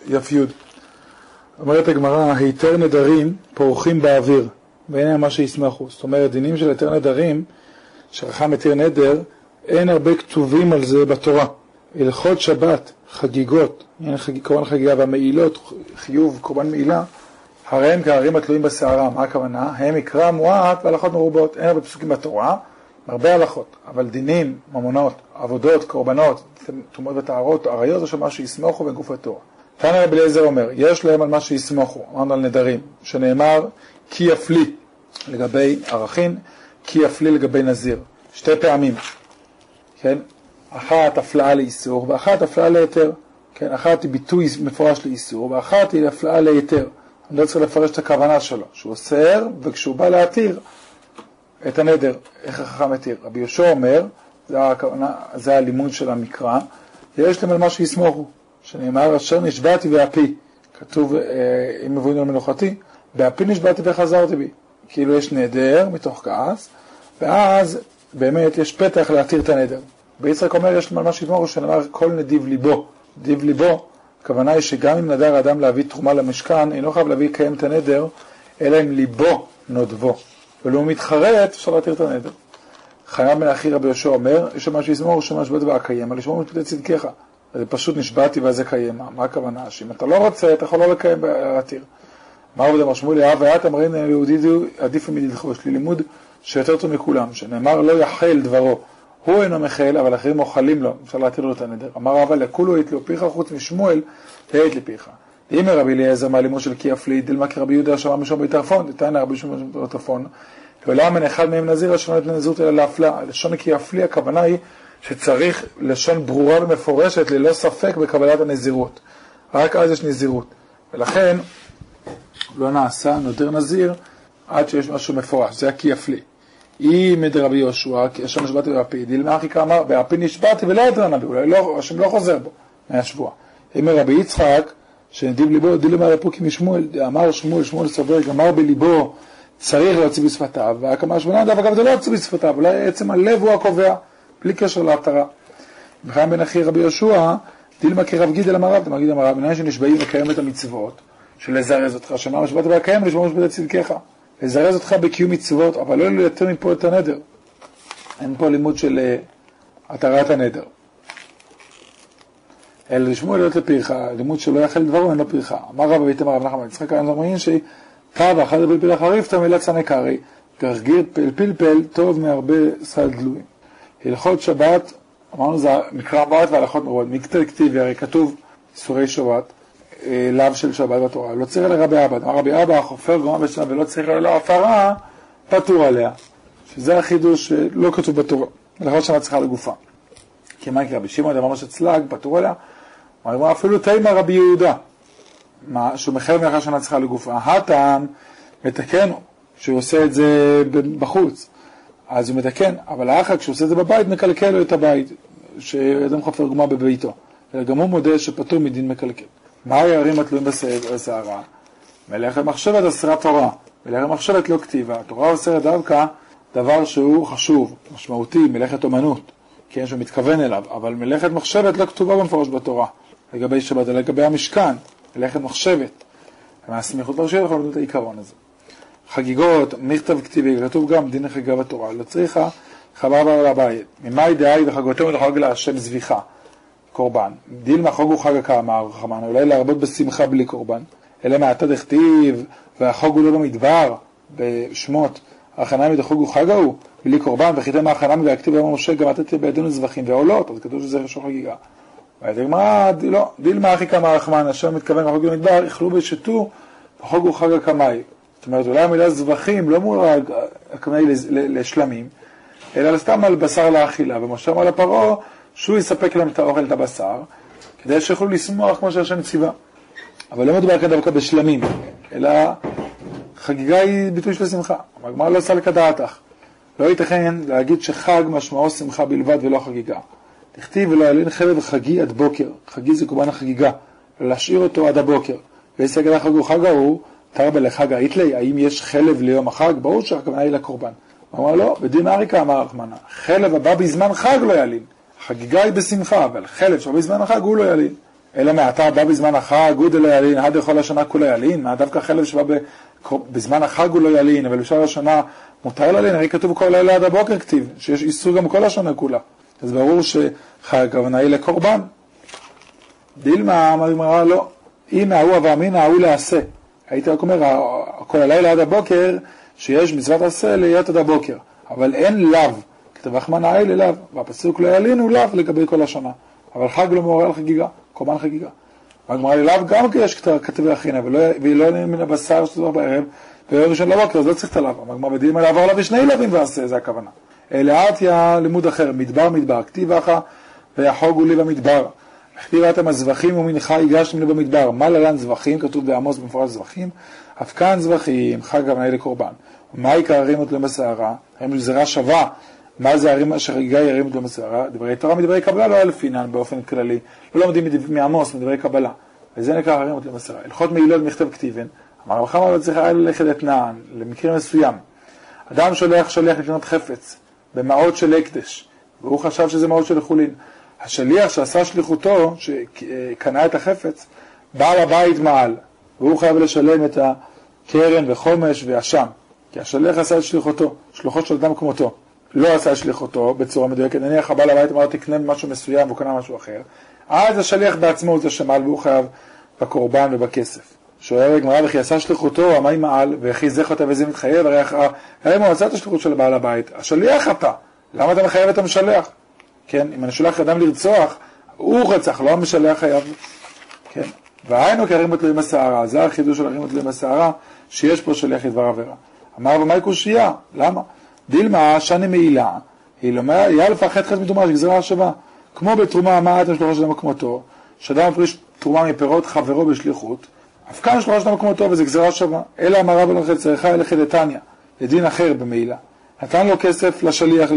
י"י. אומרת הגמרא, היתר נדרים פורחים באוויר, ואין מה שישמחו. זאת אומרת, דינים של היתר נדרים, שחכם מתיר נדר, אין הרבה כתובים על זה בתורה. הלכות שבת, חגיגות, קורבן חגיגה והמעילות, חיוב קורבן מעילה, הרי הם כהרים התלויים בסערה. מה הכוונה? הם מקרא מועט והלכות מרובות. אין הרבה פסוקים בתורה, הרבה הלכות, אבל דינים, ממונות, עבודות, קורבנות, תרומות וטהרות, עריות, זה שמה שיסמוכו בגוף התורה. תנא רבי אליעזר אומר, יש להם על מה שיסמוכו, אמרנו על נדרים, שנאמר כי יפלי לגבי ערכין, כי יפלי לגבי נזיר. שתי פעמים, כן? אחת הפלאה לאיסור, ואחת הפלאה ליתר. כן? אחת היא ביטוי מפורש לאיסור, ואחת היא הפלאה ליתר. אני לא צריך לפרש את הכוונה שלו, שהוא אוסר, וכשהוא בא להתיר את הנדר, איך החכם מתיר. רבי יהושע אומר, זה הלימוד של המקרא, יש להם על מה שיסמוכו, שנאמר, אשר נשבעתי באפי, כתוב, אם מבואים על מנוחתי, באפי נשבעתי וחזרתי בי. כאילו יש נדר מתוך כעס, ואז באמת יש פתח להתיר את הנדר. ביצחק אומר, יש להם על מה שיסמוכו, שנאמר, כל נדיב ליבו. נדיב ליבו, הכוונה היא שגם אם נדר האדם להביא תרומה למשכן, אינו חייב להביא קיים את הנדר, אלא אם ליבו נודבו. ולא מתחרט, אפשר להתיר את הנדר. חנן בן אחי רבי יהושע אומר, יש מה שיסמוך, שמה נשבעת ואקיים, אבל לשמור משפטי צדקך. זה פשוט נשבעתי וזה קיים. מה הכוונה? שאם אתה לא רוצה, אתה יכול לא לקיים להתיר. מה עובד אמר שמואל? ואת אמרים ליהודי עדיף מדילכו. יש לי לימוד שיותר טוב מכולם, שנאמר לא יחל דברו. הוא אינו מחל, אבל אחרים אוכלים לו, אפשר להתיר לו את הנדר. אמר אבל לכולו יתלו פיך חוץ משמואל, תהית לפיך. אם רבי אליעזר מהלימוד של כי יפלי, דילמה כרבי יהודה שמע משום ביטרפון, דתניא רבי משום ביטרפון, ולמה אחד מהם נזיר אשר לא נתן נזירות אלא להפלה. לשון כי יפלי, הכוונה היא שצריך לשון ברורה ומפורשת ללא ספק בקבלת הנזירות. רק אז יש נזירות. ולכן לא נעשה נודר נזיר עד שיש משהו מפורש. זה כי יפלי. אם רבי יהושע, אשר נשבעתי באפי, דילמה אחי כאמר, באפי נשבעתי ולא יתר נביא, אולי לא, השם לא חוזר בו מהשבוע. אם רבי יצחק, שנדיב ליבו, דילמה רפוקי משמואל, אמר שמואל סובר, גמר בליבו, צריך להוציא בשפתיו, והקמה שמונה דף, אגב, זה לא להוציא בשפתיו, אולי עצם הלב הוא הקובע, בלי קשר להפטרה. בחיים בן אחי רבי יהושע, דילמה כרב גידל אמר רב, גיד אמר רב, מנהל שנשבעים לקיים את המצוות, של לזרז אותך, שמע משבעת והקיים, לשמור משבעת צדקך, לזרז אותך בקיום מצוות, אבל לא ליתר מפה את הנדר. אין פה לימוד של התרת הנדר. אלא לשמוע להיות לפיך, לימוד שלא יחל דברו, אין לו פיך. אמר רב בית אמר רב נחמן, יצחק כאן זמרין שפע ואחד הפלפל החריף, תמילה צנקרי, גרגיר פלפל טוב מהרבה סל דלויים. הלכות שבת, אמרנו זה מקרא מועט והלכות מרובות, מקטע כתיבי, הרי כתוב איסורי שבת, לאו של שבת בתורה, לא צריך לרבי אבא, אמר רבי אבא, חופר גומר בשנה ולא צריך לה הפרה, פטור עליה, שזה החידוש שלא כתוב בתורה, הלכות שבת צריכה לגופה. כי מה יקרה? בשמעון דבר שצלג, פטור עליה, הוא אומר אפילו תימא רבי יהודה, שהוא מחייב מלאכה שנה צריכה לגופה, הטעם מתקן שהוא עושה את זה בחוץ, אז הוא מתקן, אבל האחר כשהוא עושה את זה בבית, מקלקל לו את הבית, שאדם חופר גומר בביתו, וגם הוא מודה שפטור מדין מקלקל. מה היערים התלויים בסערה? מלאכת מחשבת אסרה תורה, מלאכת מחשבת לא כתיבה, התורה אוסרת דווקא דבר שהוא חשוב, משמעותי, מלאכת אומנות, כן, שהוא מתכוון אליו, אבל מלאכת מחשבת לא כתובה במפורש בתורה, לגבי שבת, אלא לגבי המשכן, מלאכת מחשבת. מהסמיכות לרשויות אנחנו לומדים את העיקרון הזה. חגיגות, מכתב כתיבי, כתוב גם דין חגיגה בתורה, לא צריכה חבר בעל הבית. ממאי דאי וחגותינו לחג להשם זביחה, קורבן. דיל מהחוג הוא חג הכאמר, חמן, אולי להרבות בשמחה בלי קורבן. אלא מעתה דכתיב, והחוג הוא לא במדבר, בשמות, ההכנה מדחוג הוא חג ההוא, בלי קורבן, וחיתם ההכנה מדכתיב אמר משה, גם עתתי בידינו זבחים ועולות, אז כתוב שזה ראשון חגיגה. והדגמרא, לא, דיל מאחי כמה רחמן, אשר מתכוון לחוג במדבר, יאכלו בשתו, החוג הוא חג הכמאי. זאת אומרת, אולי המילה זבחים לא מורג הכמאי לשלמים, אלא סתם על בשר לאכילה, ומשה אמר לפרעה, שהוא יספק להם את האוכל, את הבשר, כדי שיוכלו לשמוח כמו שהשם ציווה. אבל לא מדובר כאן דווקא בשלמים, אלא חגיגה היא ביטוי של שמחה. הגמרא לא עושה לכדעתך. לא ייתכן להגיד שחג משמעו שמחה בלבד ולא חגיגה. תכתיב ולא ילין חלב חגי עד בוקר. חגי זה קורבן החגיגה. להשאיר אותו עד הבוקר. ויסגל החג הוא חג ההוא, תרבה לחג האיתלי, האם יש חלב ליום החג? ברור שהכוונה היא לקורבן. הוא אמר לא, בדין אריקה אמר רחמנה, חלב הבא בזמן חג לא ילין. החגיגה היא בשמחה, אבל חלב שבא בזמן החג הוא לא ילין. אלא מעתה בא בזמן החג, הוא לא ילין, עד יכול השנה כולה ילין, מה דווקא חלב שבא בזמן החג הוא לא ילין, אבל בשביל השנה מותר לילין, הרי כתוב כל לילה עד הבוקר כתיב, שיש איסור גם כל השנה כולה. אז ברור שחג הכוונה היא לקורבן. דילמה, אמרה לא, אם ההוא ואמינא ההוא לעשה. הייתי רק אומר, כל הלילה עד הבוקר, שיש מצוות עשה להיות עד הבוקר, אבל אין לאו, כתב רחמנא האלה לאו, והפסוק לא ילין הוא לאו לגבי כל השנה, אבל חג לא מעורר חגיגה, קורבן חגיגה. והגמרא לאו גם כי יש כתבי הכינה, ולא מן הבשר שתזור בערב, ביום ראשון לבוקר, אז לא צריך את הלאו. הגמרא בדילים עליו עליו בשני לאווים ועשה, זה הכוונה. אלעתיה לימוד אחר, מדבר, כתיב אחא ויחוגו לי במדבר. כתיב אתם הזבחים ומנחה הגשתם לי במדבר. מה ללן זבחים? כתוב בעמוס במפורש זבחים. אף כאן זבחים, חג הכוונה לקורבן. מה עיקר הרימות למסערה? הרימות גזירה שווה. מה זה הרימות שחגיגה היא הרימות למסערה? דברי תורה מדברי קבלה לא אלפינן באופן כללי. לא לומדים מעמוס מדברי קבלה. וזה נקרא הרימות למסערה. הלכות מעילות מכתב כתיבן. אמר רב חמא לא צריכה ללכת אתנן, למקרים מסוים. אדם שולח לקנות חפץ במעות של הקדש, והוא חשב שזה מעות של חולין. השליח שעשה שליחותו, שקנה את החפץ, בעל הבית מעל, והוא חייב לשלם את הקרן וחומש ואשם, כי השליח עשה את שליחותו, שלוחו של אדם כמותו. לא עשה את שליחותו בצורה מדויקת, נניח הבעל הבית אמר תקנה משהו מסוים והוא קנה משהו אחר, אז השליח בעצמו הוא זה שמעל והוא חייב בקורבן ובכסף. שואל הגמרא וכי עשה שליחותו, מה היא מעל, וכי זך אותה וזה מתחייב, הרי הוא עשה את השליחות של בעל הבית, השליח אתה, למה אתה מחייב את המשלח? כן, אם אני שולח אדם לרצוח, הוא רצח, לא המשלח חייב. כן, והיינו כהרימות להם הסערה, זה החידוש של הרימות להם הסערה, שיש פה שליח לדבר עבירה. אמר ומאי קושייה, למה? דילמה שני מעילה, היא לא אומר, יהיה לפחד חטא מתרומה, שגזרה השווה. כמו בתרומה, מה אתם שלוחה של אדם כמותו, שאדם מפריש תרומה מפירות חברו בשליחות, אף כאן שלוחה של אדם כמותו, וזה גזרה השווה. אלא אמר רב הלכת צריכה הלכת דתניא, לדין אחר במעילה. נתן לו כסף לשליח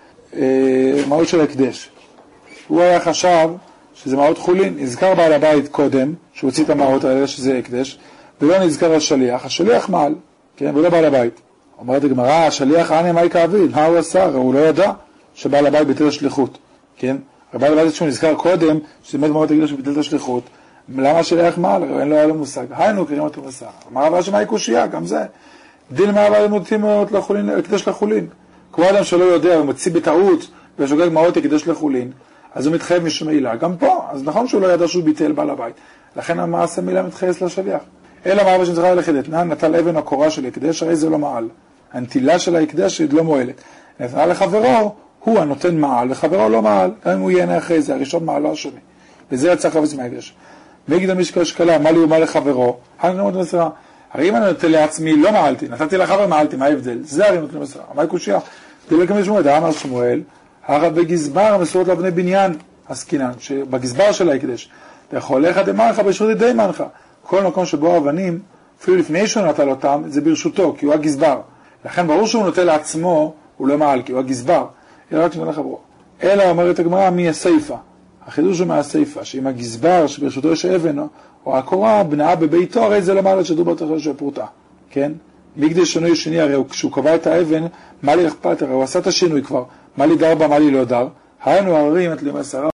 למעות של הקדש. הוא היה חשב שזה מעות חולין, נזכר בעל הבית קודם, שהוא הוציא את המעות האלה שזה הקדש, ולא נזכר השליח, השליח מעל, כן, ולא בעל הבית. אומרת הגמרא, השליח ענה מאי כאביד, מה הוא עשה? הוא לא ידע שבעל הבית ביטל השליחות, כן? בעל הבית שהוא נזכר קודם, שזה באמת מעות הקדש וביטל את השליחות, למה השליח מעל? אין לו היה לו מושג. היינו קוראים אותו מסע. אמר אבל שמאי קושייה, גם זה. דיל מה אבל נוטים מעות לחולין, הקדש לחולין. כמו אדם שלא יודע, הוא מוציא בטעות, ושוגג מעות הקדש לחולין, אז הוא מתחייב משום מעילה. גם פה, אז נכון שהוא לא ידע שהוא ביטל בעל הבית. לכן המעשה מילה מתחייס לשליח. אלא מה אבל שצריכה ללכת אתנן, נטל אבן הקורה של הקדש, הרי זה לא מעל. הנטילה של ההקדש היא לא מועלת. נתנה לחברו, הוא הנותן מעל, וחברו לא מעל, גם אם הוא ייהנה אחרי זה, הראשון מעל לא השני. וזה יצא חפץ מההקדש. מגיד המשקל שקלה, מה לי ומה לחברו? הרימות למסערה. הרי אם אני נותן לעצמי, לא מעלתי, נתתי לחבר מעלתי, מה ההבדל? זה הרימות למסערה. מה היא קושייה? דילג משמואל, אמר שמואל, הרב בגזבר המסורות לאבני בניין, הסקינן, שבגזבר של ההקדש, ויכול לך דמנך ברשות ידי מנך. כל מקום שבו אבנים, אפילו לפני שהוא נטל אותם, זה ברשותו, כי הוא הגזבר. לכן ברור שהוא נוטל לעצמו, הוא לא מעל, כי הוא הגזבר. אלא רק שנתן לחברו. אלא אומרת הגמרא, מי הסייפה? החידוש הוא מהסייפה, שאם הגזבר שברשותו יש אבן, או הקורה בנאה בביתו, הרי זה לא מעלת שדור בתחל של פרוטה. כן? מקדש שינוי שני, הרי כשהוא קבע את האבן, מה לי אכפת? הרי הוא עשה את השינוי כבר. מה לי דר בה, מה לי לא דר? היינו הררים את למסערה.